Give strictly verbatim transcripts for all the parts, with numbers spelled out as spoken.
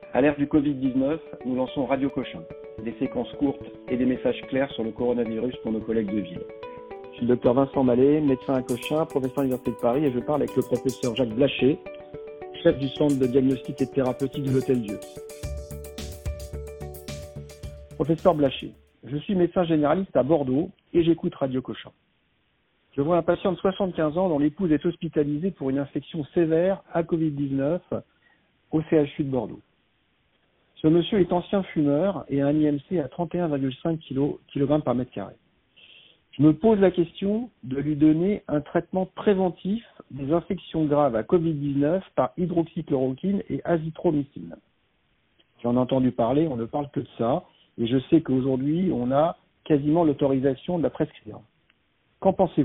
À l'ère du covid dix-neuf, nous lançons Radio Cochin, des séquences courtes et des messages clairs sur le coronavirus pour nos collègues de ville. Je suis le docteur Vincent Mallet, médecin à Cochin, professeur à l'Université de Paris, et je parle avec le professeur Jacques Blaché, chef du centre de diagnostic et de thérapeutique de l'Hôtel-Dieu. Professeur Blaché, je suis médecin généraliste à Bordeaux et j'écoute Radio Cochin. Je vois un patient de soixante-quinze ans dont l'épouse est hospitalisée pour une infection sévère à covid dix-neuf au C H U de Bordeaux. Ce monsieur est ancien fumeur et a un I M C à trente et un virgule cinq kilogrammes par mètre carré. Je me pose la question de lui donner un traitement préventif des infections graves à covid dix-neuf par hydroxychloroquine et azithromycine. J'en ai entendu parler, on ne parle que de ça, et je sais qu'aujourd'hui, on a quasiment l'autorisation de la prescrire. Qu'en pensez-vous ?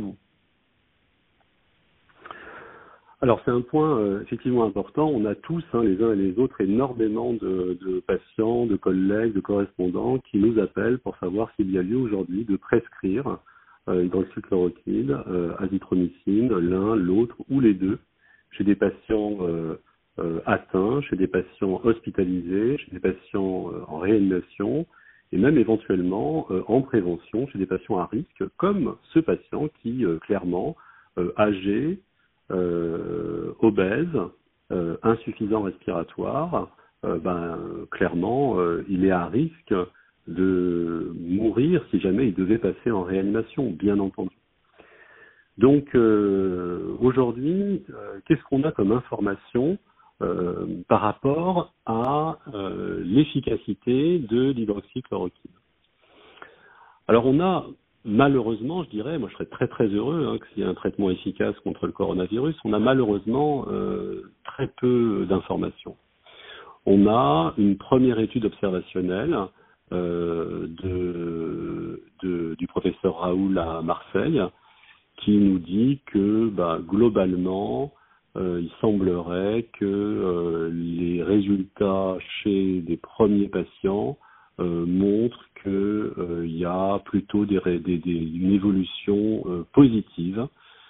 Alors c'est un point euh, effectivement important. On a tous, hein, les uns et les autres, énormément de, de patients, de collègues, de correspondants qui nous appellent pour savoir s'il y a lieu aujourd'hui de prescrire euh, hydroxychloroquine, euh, azithromycine, l'un, l'autre ou les deux, chez des patients euh, euh, atteints, chez des patients hospitalisés, chez des patients euh, en réanimation et même éventuellement euh, en prévention chez des patients à risque, comme ce patient qui, euh, clairement, euh, âgé, euh, obèse, euh, insuffisant respiratoire, euh, ben, clairement, euh, il est à risque de mourir si jamais il devait passer en réanimation, bien entendu. Donc, euh, aujourd'hui, euh, qu'est-ce qu'on a comme information euh, par rapport à euh, l'efficacité de l'hydroxychloroquine? Alors, on a malheureusement, je dirais, moi je serais très très heureux hein, qu'il y ait un traitement efficace contre le coronavirus, on a malheureusement euh, très peu d'informations. On a une première étude observationnelle euh, de, de, du professeur Raoul à Marseille qui nous dit que bah, globalement, euh, il semblerait que euh, les résultats chez des premiers patients euh, montrent qu'il euh, y a plutôt des, des, des, une évolution euh, positive,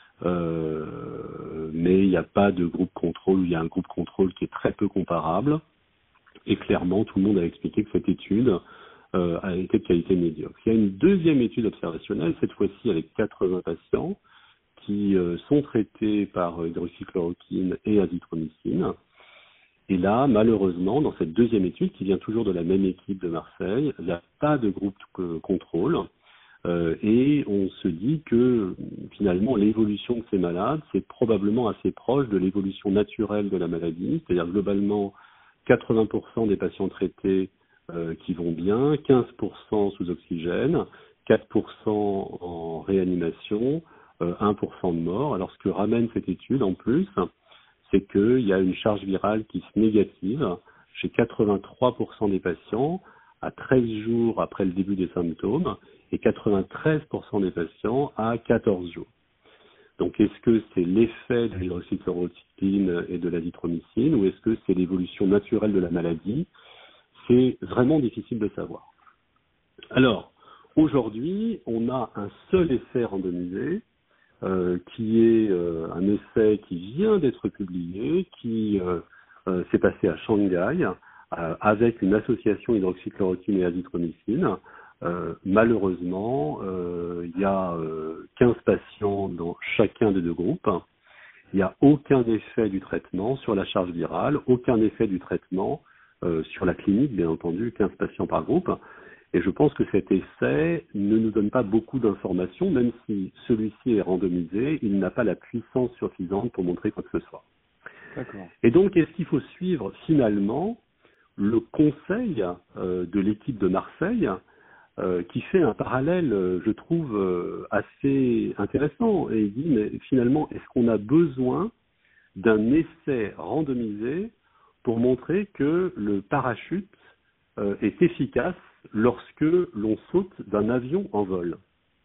euh, mais il n'y a pas de groupe contrôle, ou il y a un groupe contrôle qui est très peu comparable, et clairement tout le monde a expliqué que cette étude euh, a été de qualité médiocre. Il y a une deuxième étude observationnelle, cette fois-ci avec quatre-vingts patients, qui euh, sont traités par hydroxychloroquine et azithromycine. Et là, malheureusement, dans cette deuxième étude, qui vient toujours de la même équipe de Marseille, il n'y a pas de groupe de contrôle. Euh, et on se dit que finalement, l'évolution de ces malades, c'est probablement assez proche de l'évolution naturelle de la maladie. C'est-à-dire globalement, quatre-vingts pour cent des patients traités euh, qui vont bien, quinze pour cent sous oxygène, quatre pour cent en réanimation, euh, un pour cent de mort. Alors ce que ramène cette étude en plus, c'est qu'il y a une charge virale qui se négative chez quatre-vingt-trois pour cent des patients à treize jours après le début des symptômes et quatre-vingt-treize pour cent des patients à quatorze jours. Donc est-ce que c'est l'effet de l'hydroxychloroquine et de l'azithromycine ou est-ce que c'est l'évolution naturelle de la maladie? C'est vraiment difficile de savoir. Alors, aujourd'hui, on a un seul essai randomisé Euh, qui est euh, un essai qui vient d'être publié, qui euh, euh, s'est passé à Shanghai euh, avec une association hydroxychloroquine et azithromycine. Euh, malheureusement, euh, il y a euh, quinze patients dans chacun des deux groupes. Il n'y a aucun effet du traitement sur la charge virale, aucun effet du traitement euh, sur la clinique, bien entendu, quinze patients par groupe. Et je pense que cet essai ne nous donne pas beaucoup d'informations, même si celui-ci est randomisé, il n'a pas la puissance suffisante pour montrer quoi que ce soit. D'accord. Et donc, est-ce qu'il faut suivre finalement le conseil euh, de l'équipe de Marseille, euh, qui fait un parallèle, euh, je trouve, euh, assez intéressant, et il dit, mais finalement, est-ce qu'on a besoin d'un essai randomisé pour montrer que le parachute euh, est efficace lorsque l'on saute d'un avion en vol.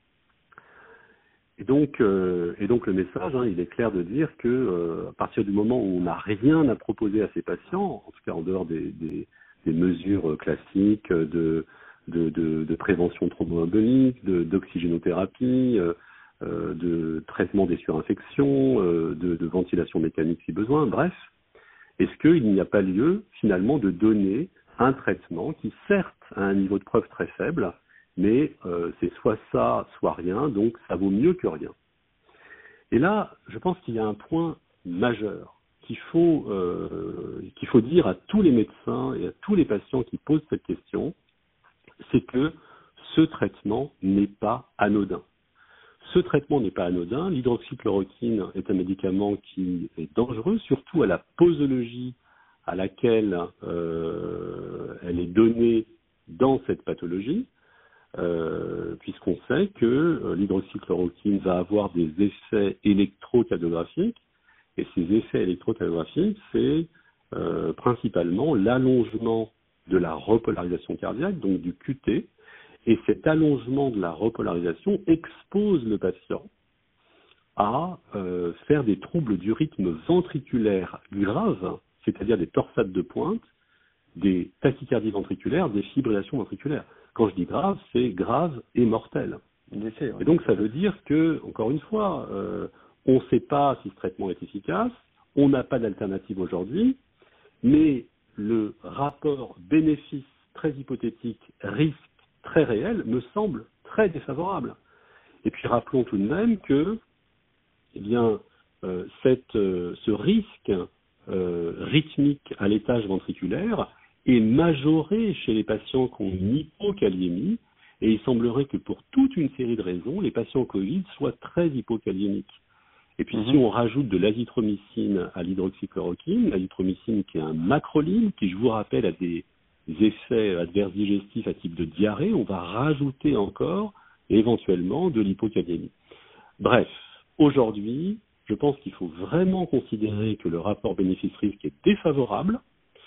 Et donc, euh, et donc le message, hein, il est clair de dire que euh, à partir du moment où on n'a rien à proposer à ces patients, en tout cas en dehors des, des, des mesures classiques de, de, de, de prévention thromboembolique, de, d'oxygénothérapie, euh, euh, de traitement des surinfections, euh, de, de ventilation mécanique si besoin, bref, Est-ce qu'il n'y a pas lieu, finalement, de donner un traitement qui, certes, a un niveau de preuve très faible, mais euh, c'est soit ça, soit rien, donc ça vaut mieux que rien. Et là, je pense qu'il y a un point majeur qu'il faut, euh, qu'il faut dire à tous les médecins et à tous les patients qui posent cette question, c'est que ce traitement n'est pas anodin. Ce traitement n'est pas anodin. L'hydroxychloroquine est un médicament qui est dangereux, surtout à la posologie à laquelle euh, elle est donnée dans cette pathologie, euh, puisqu'on sait que euh, l'hydroxychloroquine va avoir des effets électrocardiographiques, et ces effets électrocardiographiques, c'est euh, principalement l'allongement de la repolarisation cardiaque, donc du Q T, et cet allongement de la repolarisation expose le patient à euh, faire des troubles du rythme ventriculaire graves, c'est-à-dire des torsades de pointe, des tachycardies ventriculaires, des fibrillations ventriculaires. Quand je dis grave, c'est grave et mortel. Essai, ouais. Et donc ça veut dire que, encore une fois, euh, on ne sait pas si ce traitement est efficace, on n'a pas d'alternative aujourd'hui, mais le rapport bénéfice très hypothétique, risque très réel, me semble très défavorable. Et puis rappelons tout de même que, eh bien, euh, cette, euh, ce risque euh, rythmique à l'étage ventriculaire est majoré chez les patients qui ont une hypokaliémie, et il semblerait que pour toute une série de raisons, les patients Covid soient très hypokaliémiques. Et puis mm-hmm. si on rajoute de l'azithromycine à l'hydroxychloroquine, l'azithromycine qui est un macrolide, qui je vous rappelle a des effets adverses digestifs à type de diarrhée, on va rajouter encore éventuellement de l'hypokaliémie. Bref, aujourd'hui, je pense qu'il faut vraiment considérer que le rapport bénéfice-risque est défavorable,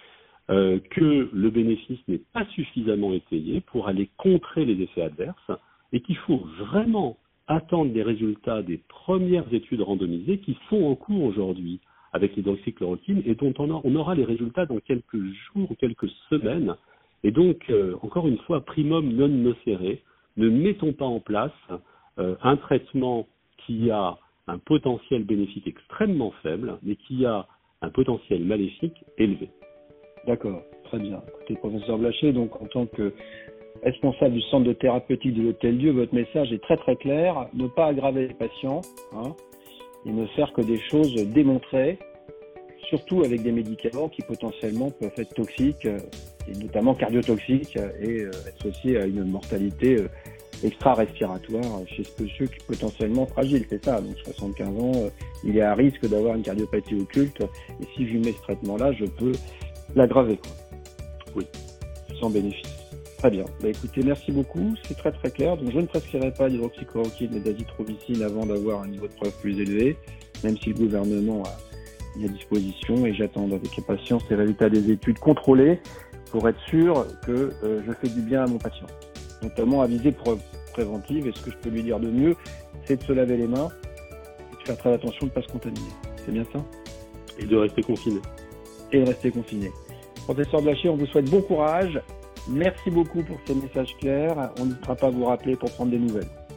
euh, que le bénéfice n'est pas suffisamment étayé pour aller contrer les effets adverses et qu'il faut vraiment attendre les résultats des premières études randomisées qui sont en cours aujourd'hui avec l'hydroxychloroquine et dont on aura les résultats dans quelques jours ou quelques semaines. Et donc, euh, encore une fois, primum non nocere, ne mettons pas en place euh, un traitement qui a un potentiel bénéfique extrêmement faible, mais qui a un potentiel maléfique élevé. D'accord, très bien. Écoutez, professeur Blacher, donc en tant que responsable du centre de thérapeutique de l'Hôtel-Dieu, votre message est très très clair. Ne pas aggraver les patients, hein, et ne faire que des choses démontrées, surtout avec des médicaments qui potentiellement peuvent être toxiques, et notamment cardiotoxiques, et associés à une mortalité extra-respiratoire chez ceux qui sont potentiellement fragiles. C'est ça, donc soixante-quinze ans, il est à risque d'avoir une cardiopathie occulte, et si je lui mets ce traitement-là, je peux l'aggraver, quoi. Oui. Sans bénéfice. Très bien. Bah, écoutez, merci beaucoup. C'est très très clair. Donc, je ne prescrirai pas d'hydroxychloroquine mais d'azithromycine avant d'avoir un niveau de preuve plus élevé, même si le gouvernement a mis à disposition, et j'attends avec impatience les résultats des études contrôlées pour être sûr que euh, je fais du bien à mon patient, notamment à visée pré- préventive. Et ce que je peux lui dire de mieux, c'est de se laver les mains et de faire très attention de ne pas se contaminer. C'est bien ça ? Et de rester confiné. Et de rester confiné. Professeur Blacher, on vous souhaite bon courage. Merci beaucoup pour ces messages clairs. On n'hésitera pas à vous rappeler pour prendre des nouvelles.